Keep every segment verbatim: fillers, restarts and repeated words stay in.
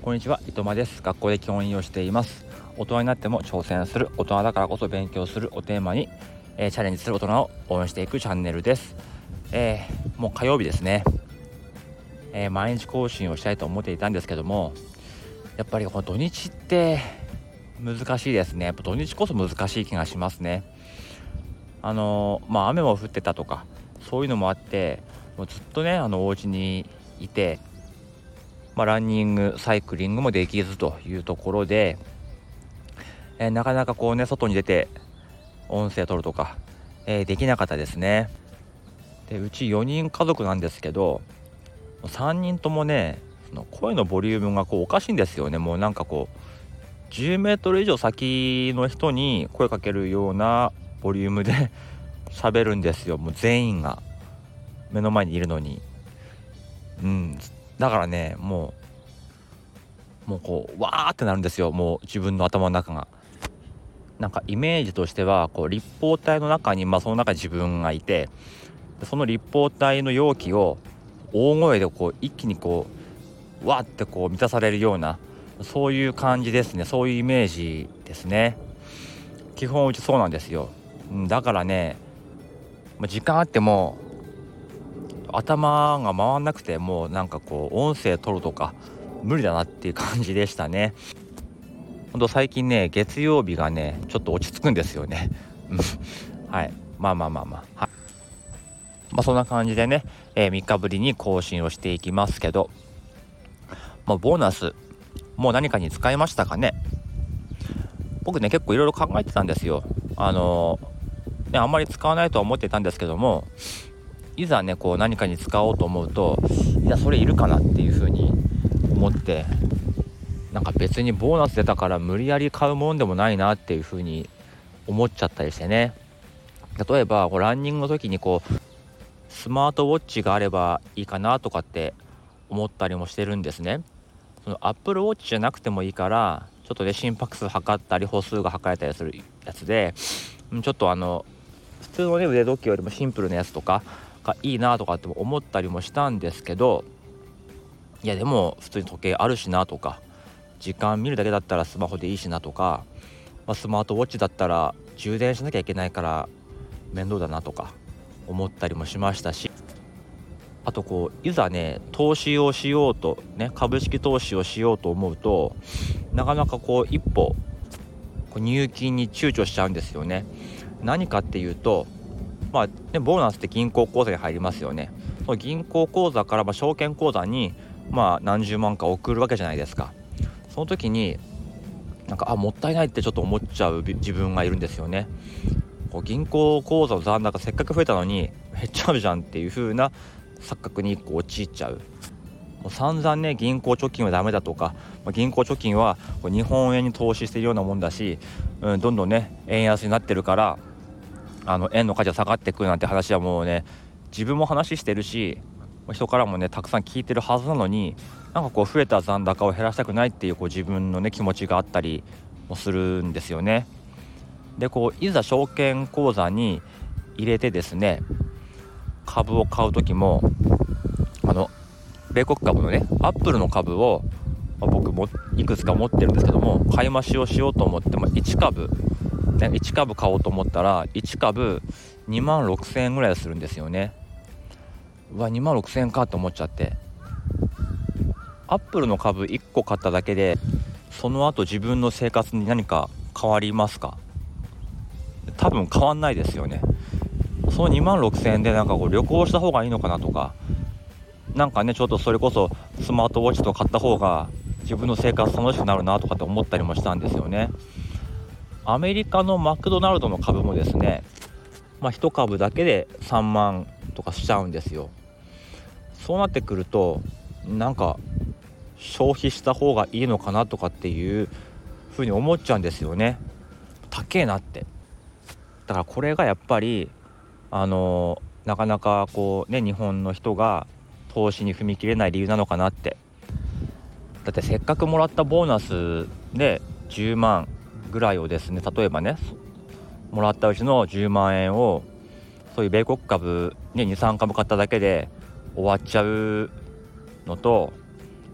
こんにちは、伊藤間です。学校で教員をしています。大人になっても挑戦する、大人だからこそ勉強するをテーマに、えー、チャレンジする大人を応援していくチャンネルです。えー、もう火曜日ですね、えー、毎日更新をしたいと思っていたんですけども、やっぱりこの土日って難しいですね。やっぱ土日こそ難しい気がしますね。あのー、まあ雨も降ってたとかそういうのもあって、もうずっとねあのお家にいて、まあ、ランニングサイクリングもできずというところで、えー、なかなかこうね外に出て音声取るとか、えー、できなかったですね。でうちよにん家族なんですけど、さんにんともねその声のボリュームがこうおかしいんですよね。もうなんかこうじゅうメートル以上先の人に声かけるようなボリュームで喋るんですよ。もう全員が目の前にいるのに、うんだからねもうもうこうわーってなるんですよ。もう自分の頭の中がなんかイメージとしてはこう立方体の中に、まあその中に自分がいて、その立方体の容器を大声でこう一気にこうわーってこう満たされるような、そういう感じですね。そういうイメージですね。基本うちそうなんですよ。だからね時間あっても頭が回んなくて、もうなんかこう音声取るとか無理だなっていう感じでしたね。ほんと最近ね月曜日がねちょっと落ち着くんですよねはいまあまあまあまあ、はい、まあそんな感じでね、えー、みっかぶりに更新をしていきますけど、まあ、ボーナスもう何かに使いましたかね。僕ね結構いろいろ考えてたんですよ。あのー、ねあんまり使わないとは思ってたんですけども、いざねこう何かに使おうと思うと、いやそれいるかなっていうふうに思って、なんか別にボーナス出たから無理やり買うもんでもないなっていうふうに思っちゃったりしてね。例えばこうランニングの時にこうスマートウォッチがあればいいかなとかって思ったりもしてるんですね。そのアップルウォッチじゃなくてもいいから、ちょっとね心拍数測ったり歩数が測れたりするやつで、ちょっとあの普通のね腕時計よりもシンプルなやつとかがいいなとかって思ったりもしたんですけど、いやでも普通に時計あるしなとか、時間見るだけだったらスマホでいいしなとか、まあ、スマートウォッチだったら充電しなきゃいけないから面倒だなとか思ったりもしましたし、あとこういざね投資をしようとね株式投資をしようと思うと、なかなかこう一歩こう入金に躊躇しちゃうんですよね。何かっていうと、まあねボーナスって銀行口座に入りますよね。その銀行口座からまあ証券口座にまあ何十万か送るわけじゃないですか。その時になんかあもったいないってちょっと思っちゃう自分がいるんですよね。こう銀行口座の残高せっかく増えたのに減っちゃうじゃんっていう風な錯覚にこう陥っちゃう。もう散々ね銀行貯金はダメだとか、まあ、銀行貯金はこう日本円に投資しているようなもんだし、うん、どんどんね円安になってるからあの円の価値が下がってくるなんて話はもうね自分も話してるし人からもねたくさん聞いてるはずなのに、なんかこう増えた残高を減らしたくないっていうこう自分のね気持ちがあったりもするんですよね。でこういざ証券口座に入れてですね株を買う時も、あの米国株のねアップルの株を、まあ、僕もいくつか持ってるんですけども、買い増しをしようと思ってもいち株、ね、いち株買おうと思ったらいち株にまんろくせんえんぐらいするんですよね。うわにまんろくせんえんかと思っちゃって、アップルの株いっこ買っただけでその後自分の生活に何か変わりますか？多分変わんないですよね。そのにまんろくせんえんでなんかこう旅行した方がいいのかなとか、なんかねちょっとそれこそスマートウォッチとか買った方が自分の生活楽しくなるなとかって思ったりもしたんですよね。アメリカのマクドナルドの株もですね、まあいち株だけでさんまんとかしちゃうんですよ。そうなってくるとなんか消費した方がいいのかなとかっていう風に思っちゃうんですよね。高えなって。だからこれがやっぱりあのー、なかなかこうね日本の人が投資に踏み切れない理由なのかなって。だってせっかくもらったボーナスでじゅうまんぐらいをですね、例えばねもらったうちのじゅうまんえんをそういう米国株、ね、にさん株買っただけで終わっちゃうのと、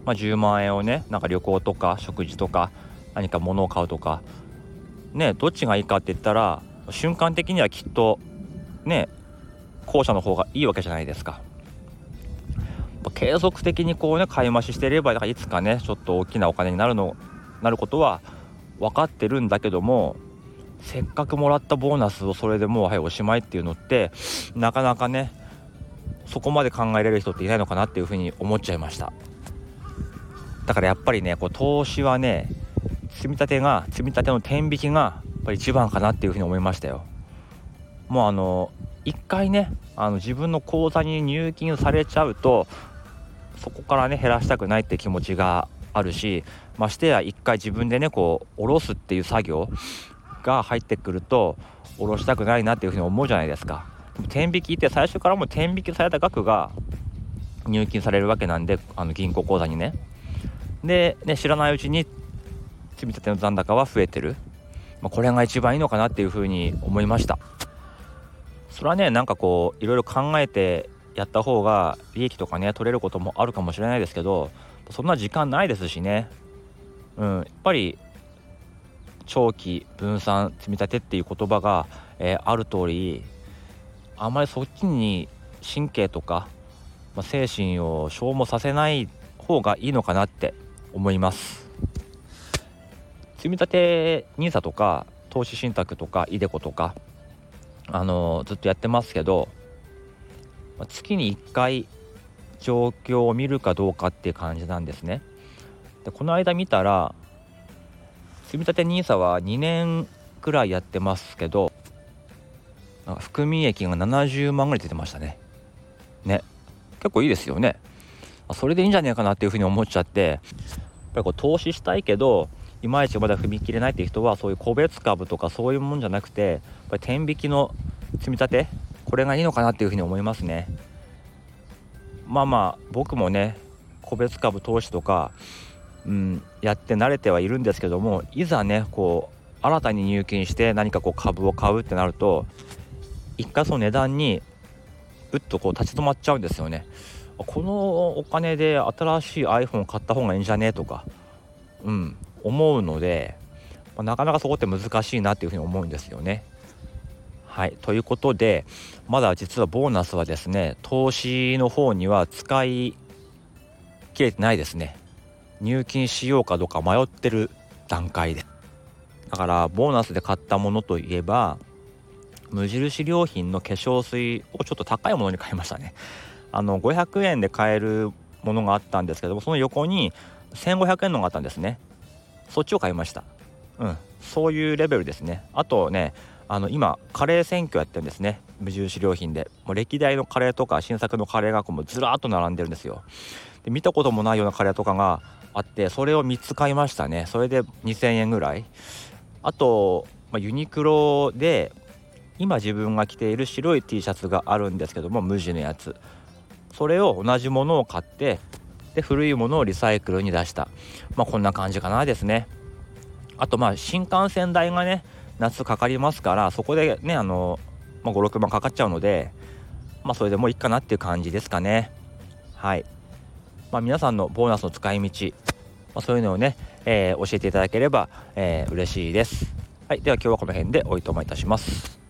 まあ、じゅうまんえんをねなんか旅行とか食事とか何か物を買うとかね、どっちがいいかって言ったら瞬間的にはきっとね後者の方がいいわけじゃないですか。継続的にこうね買い増ししていればいつかねちょっと大きなお金になるのなることは分かってるんだけども、せっかくもらったボーナスをそれでもうはいおしまいっていうのってなかなかねそこまで考えれる人っていないのかなっていうふうに思っちゃいました。だからやっぱりねこう投資はね積み立てが積み立ての天引きがやっぱり一番かなっていうふうに思いましたよ。もうあの一回ねあの自分の口座に入金されちゃうとそこからね減らしたくないって気持ちがあるし、ましてや一回自分でねこう下ろすっていう作業が入ってくると下ろしたくないなっていうふうに思うじゃないですか。でも天引きって最初からもう天引きされた額が入金されるわけなんで、あの銀行口座にねでね知らないうちに積み立ての残高は増えてる、まあ、これが一番いいのかなっていうふうに思いました。それはねなんかこういろいろ考えてやった方が利益とかね取れることもあるかもしれないですけど、そんな時間ないですしね、うん、やっぱり長期分散積み立てっていう言葉が、えー、ある通りあんまりそっちに神経とか、まあ、精神を消耗させない方がいいのかなって思います。積み立て ニーサ とか投資信託とかイデコとかあのー、ずっとやってますけど、月にいっかい状況を見るかどうかっていう感じなんですね。でこの間見たら積み立て ニーサ はにねんくらいやってますけどなんか含み益がななじゅうまんぐらい出てましたね。ね結構いいですよね。それでいいんじゃねえかなっていうふうに思っちゃって、やっぱりこう投資したいけどいまいちまだ踏み切れないっていう人はそういう個別株とかそういうもんじゃなくてやっぱり天引きの積み立てこれがいいのかなっていうふうに思いますね。まあまあ僕もね個別株投資とか、うん、やって慣れてはいるんですけども、いざねこう新たに入金して何かこう株を買うってなると一回その値段にうっとこう立ち止まっちゃうんですよね。このお金で新しい iPhone 買った方がいいんじゃねとか、うん、思うので、まあ、なかなかそこって難しいなっていうふうに思うんですよね。はい、ということでまだ実はボーナスはですね投資の方には使い切れてないですね。入金しようかどうか迷ってる段階で、だからボーナスで買ったものといえば無印良品の化粧水をちょっと高いものに買いましたね。あのごひゃくえんで買えるものがあったんですけども、その横にせんごひゃくえんのがあったんですね。そっちを買いました。うん、そういうレベルですね。あとねあの今カレー選挙やってるんですね、無印良品で。もう歴代のカレーとか新作のカレーがもうずらーっと並んでるんですよ。で見たこともないようなカレーとかがあって、それをみっつ買いましたね。それでにせんえんぐらい。あと、まあ、ユニクロで今自分が着ている白い T シャツがあるんですけども、無地のやつ、それを同じものを買ってで古いものをリサイクルに出した、まあこんな感じかなですね。あとまあ新幹線代がね夏かかりますから、そこでねあの、まあ、ごろくまんかかっちゃうので、まあそれでもういいかなっていう感じですかね。はい、まあ、皆さんのボーナスの使い道、まあ、そういうのをね、えー、教えていただければ、えー、嬉しいです。はい、では今日はこの辺でおいとまいたします。